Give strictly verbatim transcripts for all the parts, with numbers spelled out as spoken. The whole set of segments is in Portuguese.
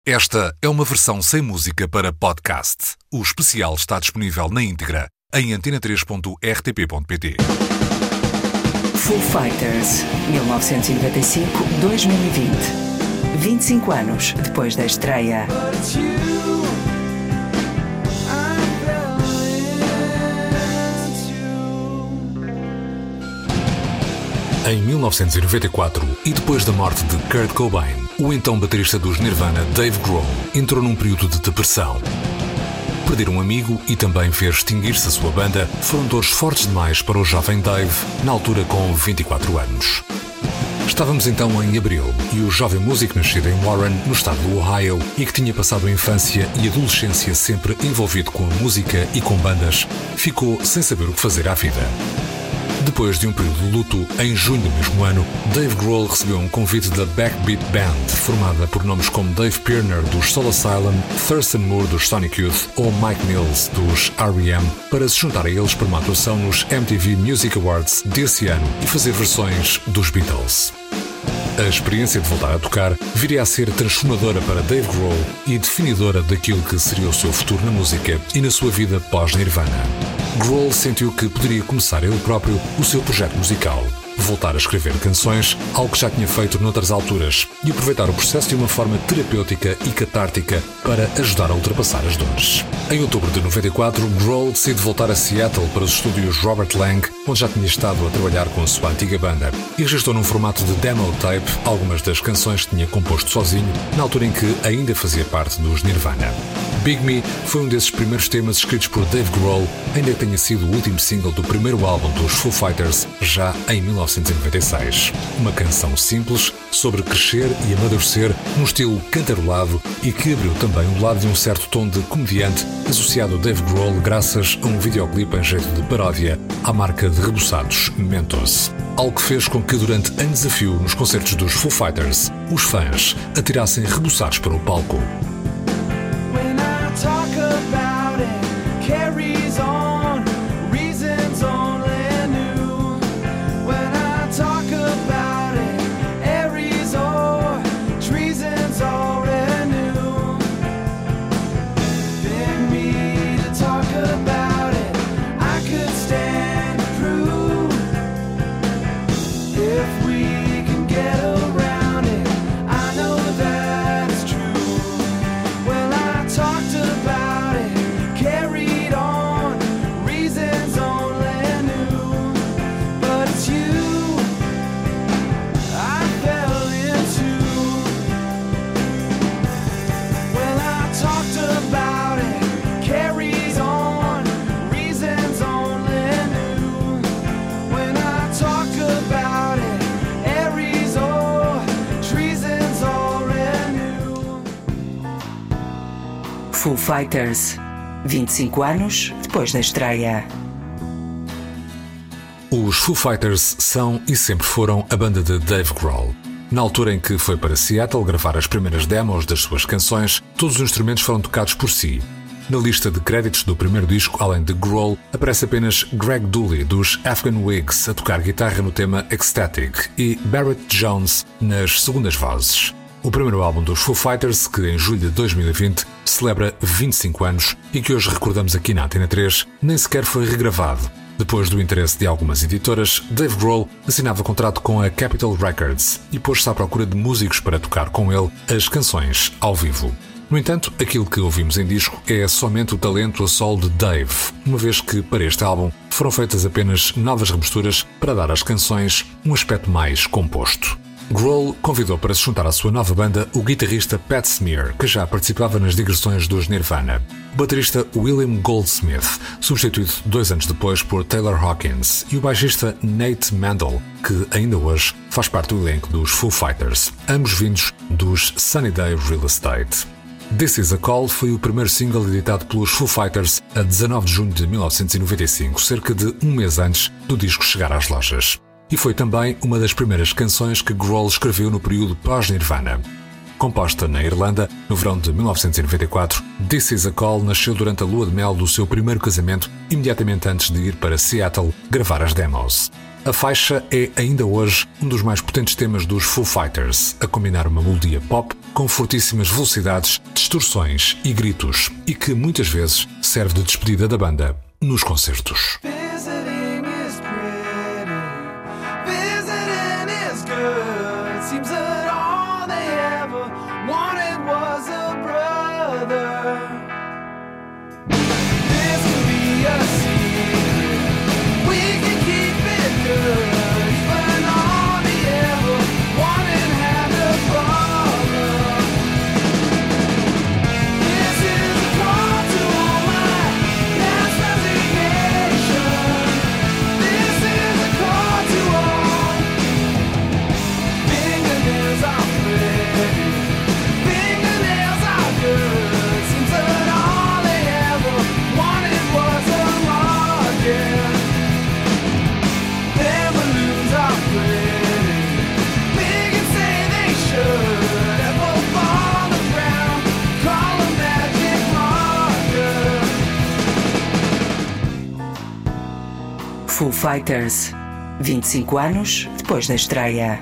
Esta é uma versão sem música para podcast. O especial está disponível na íntegra em antena três ponto r t p ponto p t. Foo Fighters, mil novecentos e noventa e cinco a dois mil e vinte. vinte e cinco anos depois da estreia. Em mil novecentos e noventa e quatro, e depois da morte de Kurt Cobain, o então baterista dos Nirvana, Dave Grohl, entrou num período de depressão. Perder um amigo e também ver extinguir-se a sua banda foram dores fortes demais para o jovem Dave, na altura com vinte e quatro anos. Estávamos então em abril e o jovem músico nascido em Warren, no estado do Ohio, e que tinha passado a infância e adolescência sempre envolvido com a música e com bandas, ficou sem saber o que fazer à vida. Depois de um período de luto, em junho do mesmo ano, Dave Grohl recebeu um convite da Backbeat Band, formada por nomes como Dave Pirner, dos Soul Asylum, Thurston Moore, dos Sonic Youth, ou Mike Mills, dos R E M, para se juntar a eles para uma atuação nos M T V Music Awards desse ano e fazer versões dos Beatles. A experiência de voltar a tocar viria a ser transformadora para Dave Grohl e definidora daquilo que seria o seu futuro na música e na sua vida pós-Nirvana. Grohl sentiu que poderia começar ele próprio o seu projeto musical, voltar a escrever canções, algo que já tinha feito noutras alturas, e aproveitar o processo de uma forma terapêutica e catártica para ajudar a ultrapassar as dores. Em outubro de noventa e quatro, Grohl decide voltar a Seattle para os estúdios Robert Lang, onde já tinha estado a trabalhar com a sua antiga banda, e registrou num formato de demo tape algumas das canções que tinha composto sozinho, na altura em que ainda fazia parte dos Nirvana. Big Me foi um desses primeiros temas escritos por Dave Grohl, ainda que tenha sido o último single do primeiro álbum dos Foo Fighters, já em mil novecentos e noventa e seis. Uma canção simples sobre crescer e amadurecer num estilo cantarolado e que abriu também o lado de um certo tom de comediante associado a Dave Grohl graças a um videoclipe em jeito de paródia à marca de rebuçados Mentos. Algo que fez com que durante anos a fio nos concertos dos Foo Fighters, os fãs atirassem rebuçados para o palco. Foo Fighters, vinte e cinco anos depois da estreia. Os Foo Fighters são e sempre foram a banda de Dave Grohl. Na altura em que foi para Seattle gravar as primeiras demos das suas canções, todos os instrumentos foram tocados por si. Na lista de créditos do primeiro disco, além de Grohl, aparece apenas Greg Dulli, dos Afghan Whigs, a tocar guitarra no tema Ecstatic, e Barrett Jones nas segundas vozes. O primeiro álbum dos Foo Fighters, que em julho de dois mil e vinte celebra vinte e cinco anos e que hoje recordamos aqui na Antena três, nem sequer foi regravado. Depois do interesse de algumas editoras, Dave Grohl assinava contrato com a Capitol Records e pôs-se à procura de músicos para tocar com ele as canções ao vivo. No entanto, aquilo que ouvimos em disco é somente o talento a solo de Dave, uma vez que, para este álbum, foram feitas apenas novas remisturas para dar às canções um aspecto mais composto. Grohl convidou para se juntar à sua nova banda o guitarrista Pat Smear, que já participava nas digressões dos Nirvana. O baterista William Goldsmith, substituído dois anos depois por Taylor Hawkins, e o baixista Nate Mendel, que ainda hoje faz parte do elenco dos Foo Fighters, ambos vindos dos Sunny Day Real Estate. This Is a Call foi o primeiro single editado pelos Foo Fighters a dezanove de junho de mil novecentos e noventa e cinco, cerca de um mês antes do disco chegar às lojas. E foi também uma das primeiras canções que Grohl escreveu no período pós-Nirvana. Composta na Irlanda, no verão de mil novecentos e noventa e quatro, This Is a Call nasceu durante a lua de mel do seu primeiro casamento, imediatamente antes de ir para Seattle gravar as demos. A faixa é, ainda hoje, um dos mais potentes temas dos Foo Fighters, a combinar uma melodia pop com fortíssimas velocidades, distorções e gritos, e que muitas vezes serve de despedida da banda nos concertos. Foo Fighters, vinte e cinco anos depois da estreia.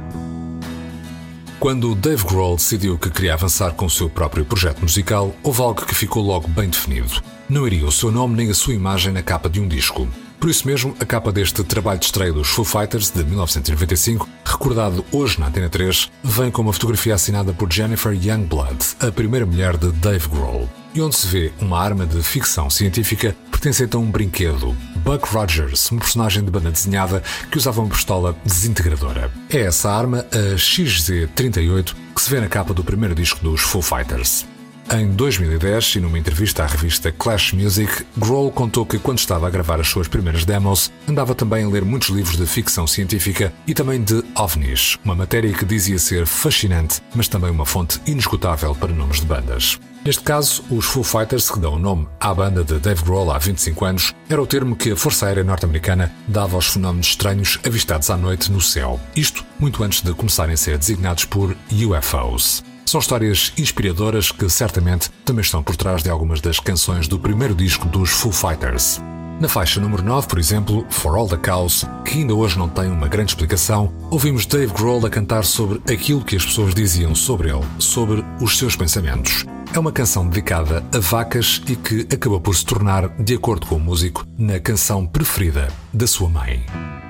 Quando Dave Grohl decidiu que queria avançar com o seu próprio projeto musical, houve algo que ficou logo bem definido. Não iria o seu nome nem a sua imagem na capa de um disco. Por isso mesmo, a capa deste trabalho de estreia dos Foo Fighters de mil novecentos e noventa e cinco, recordado hoje na Antena três, vem com uma fotografia assinada por Jennifer Youngblood, a primeira mulher de Dave Grohl, e onde se vê uma arma de ficção científica pertencente a um brinquedo, Buck Rogers, uma personagem de banda desenhada que usava uma pistola desintegradora. É essa arma, a X Z trinta e oito, que se vê na capa do primeiro disco dos Foo Fighters. Em dois mil e dez, e numa entrevista à revista Clash Music, Grohl contou que quando estava a gravar as suas primeiras demos, andava também a ler muitos livros de ficção científica e também de OVNIs, uma matéria que dizia ser fascinante, mas também uma fonte inesgotável para nomes de bandas. Neste caso, os Foo Fighters, que dão o nome à banda de Dave Grohl há vinte e cinco anos, era o termo que a Força Aérea Norte-Americana dava aos fenómenos estranhos avistados à noite no céu. Isto muito antes de começarem a ser designados por U F Os. São histórias inspiradoras que certamente também estão por trás de algumas das canções do primeiro disco dos Foo Fighters. Na faixa número nove, por exemplo, For All the Cows, que ainda hoje não tem uma grande explicação, ouvimos Dave Grohl a cantar sobre aquilo que as pessoas diziam sobre ele, sobre os seus pensamentos. É uma canção dedicada a vacas e que acabou por se tornar, de acordo com o músico, na canção preferida da sua mãe.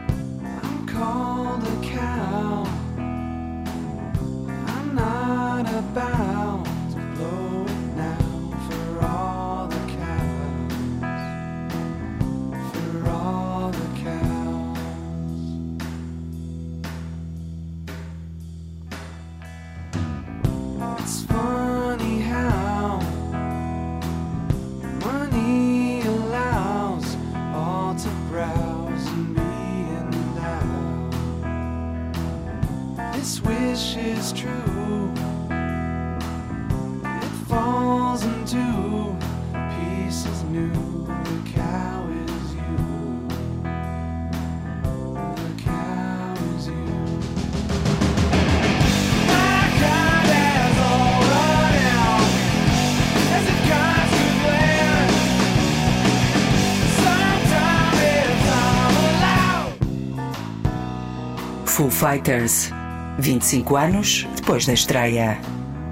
Foo Fighters, vinte e cinco anos depois da estreia.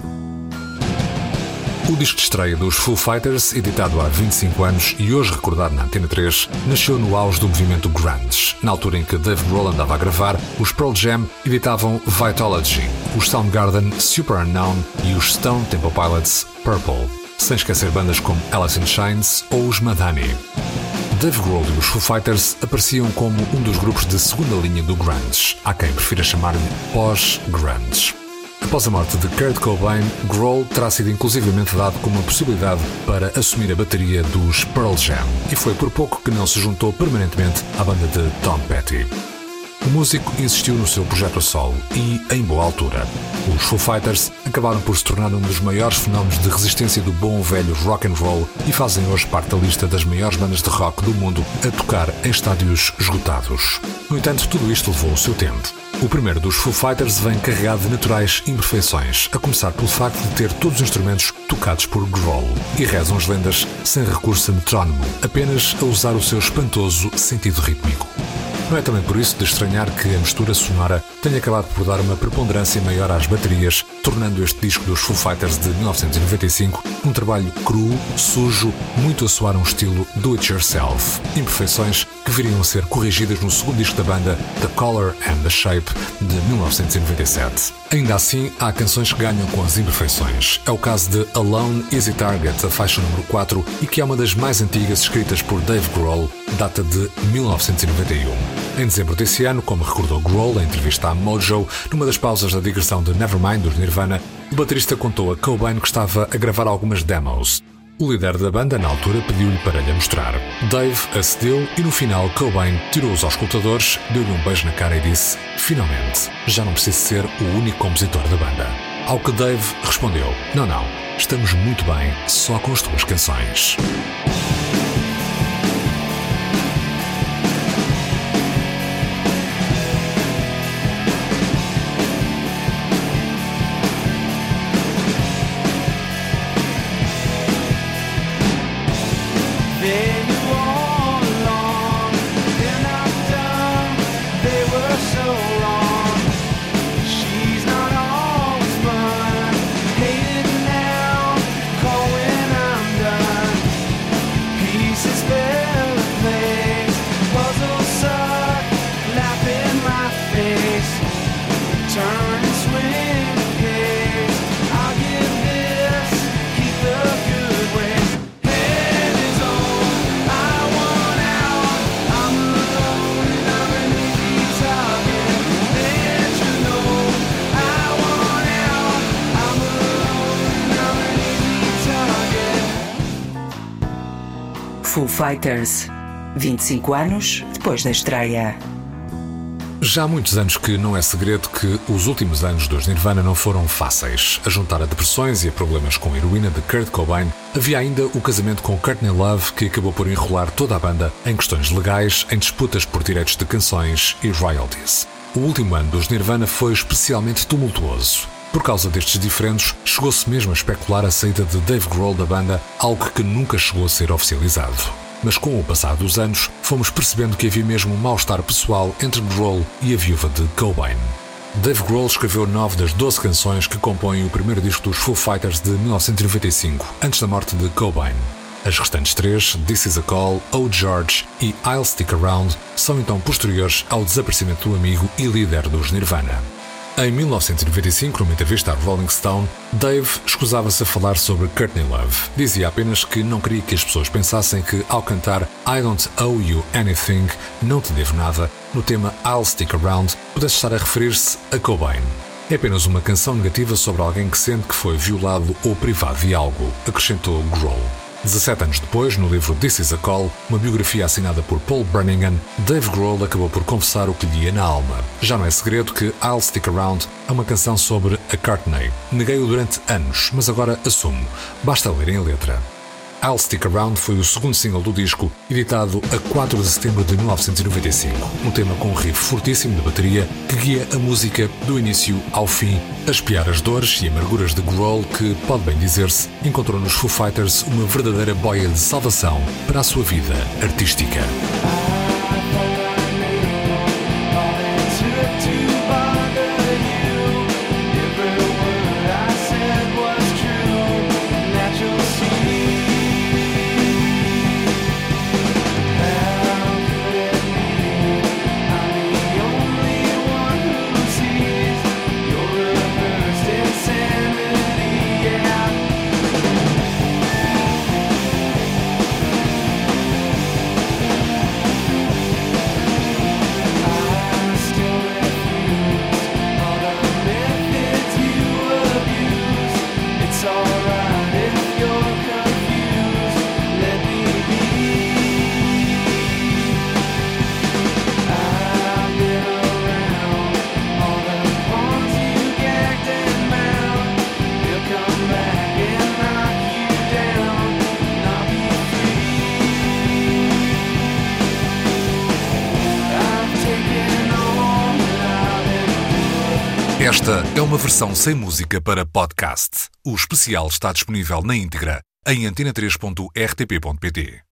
O disco de estreia dos Foo Fighters, editado há vinte e cinco anos e hoje recordado na Antena três, nasceu no auge do movimento grunge. Na altura em que Dave Grohl andava a gravar, os Pearl Jam editavam Vitalogy, os Soundgarden Super Unknown e os Stone Temple Pilots Purple, sem esquecer bandas como Alice in Chains ou os Madani. Dave Grohl e os Foo Fighters apareciam como um dos grupos de segunda linha do grunge. Há quem prefira chamar-lhe pós-grunge. Após a morte de Kurt Cobain, Grohl terá sido inclusivamente dado como uma possibilidade para assumir a bateria dos Pearl Jam, e foi por pouco que não se juntou permanentemente à banda de Tom Petty. O músico insistiu no seu projeto a solo e, em boa altura, os Foo Fighters acabaram por se tornar um dos maiores fenómenos de resistência do bom velho rock and roll e fazem hoje parte da lista das maiores bandas de rock do mundo a tocar em estádios esgotados. No entanto, tudo isto levou o seu tempo. O primeiro dos Foo Fighters vem carregado de naturais imperfeições, a começar pelo facto de ter todos os instrumentos tocados por Grohl, e rezam as lendas sem recurso a metrónomo, apenas a usar o seu espantoso sentido rítmico. Não é também por isso de estranhar que a mistura sonora tenha acabado por dar uma preponderância maior às baterias, tornando tornando este disco dos Foo Fighters de mil novecentos e noventa e cinco um trabalho cru, sujo, muito a soar um estilo do-it-yourself, imperfeições que viriam a ser corrigidas no segundo disco da banda, The Color and the Shape, de mil novecentos e noventa e sete. Ainda assim, há canções que ganham com as imperfeições. É o caso de Alone, Easy Target, a faixa número quatro, e que é uma das mais antigas escritas por Dave Grohl, data de mil novecentos e noventa e um. Em dezembro desse ano, como recordou Grohl em entrevista à Mojo, numa das pausas da digressão de Nevermind dos Nirvana, o baterista contou a Cobain que estava a gravar algumas demos. O líder da banda, na altura, pediu-lhe para lhe mostrar. Dave acedeu e, no final, Cobain tirou os auscultadores, deu-lhe um beijo na cara e disse: "Finalmente, já não preciso ser o único compositor da banda." Ao que Dave respondeu: "Não, não, estamos muito bem só com as tuas canções." Foo Fighters, vinte e cinco anos depois da estreia. Já há muitos anos que não é segredo que os últimos anos dos Nirvana não foram fáceis. A juntar a depressões e a problemas com a heroína de Kurt Cobain, havia ainda o casamento com Courtney Love, que acabou por enrolar toda a banda em questões legais, em disputas por direitos de canções e royalties. O último ano dos Nirvana foi especialmente tumultuoso. Por causa destes diferendos, chegou-se mesmo a especular a saída de Dave Grohl da banda, algo que nunca chegou a ser oficializado. Mas com o passar dos anos, fomos percebendo que havia mesmo um mal-estar pessoal entre Grohl e a viúva de Cobain. Dave Grohl escreveu nove das doze canções que compõem o primeiro disco dos Foo Fighters de mil novecentos e noventa e cinco, antes da morte de Cobain. As restantes três, This Is a Call, Oh George e I'll Stick Around, são então posteriores ao desaparecimento do amigo e líder dos Nirvana. Em mil novecentos e noventa e cinco, numa entrevista à Rolling Stone, Dave escusava-se a falar sobre Courtney Love. Dizia apenas que não queria que as pessoas pensassem que, ao cantar I Don't Owe You Anything, Não Te Devo Nada, no tema I'll Stick Around, pudesse estar a referir-se a Cobain. É apenas uma canção negativa sobre alguém que sente que foi violado ou privado de algo, acrescentou Grohl. dezassete anos depois, no livro This Is a Call, uma biografia assinada por Paul Brannigan, Dave Grohl acabou por confessar o que lhe ia na alma. Já não é segredo que I'll Stick Around é uma canção sobre a Courtney. Neguei-o durante anos, mas agora assumo. Basta lerem a letra. I'll Stick Around foi o segundo single do disco, editado a quatro de setembro de mil novecentos e noventa e cinco. Um tema com um riff fortíssimo de bateria que guia a música do início ao fim, a espiar as dores e amarguras de Grohl, que, pode bem dizer-se, encontrou nos Foo Fighters uma verdadeira boia de salvação para a sua vida artística. Esta é uma versão sem música para podcast. O especial está disponível na íntegra em antena três ponto r t p ponto p t.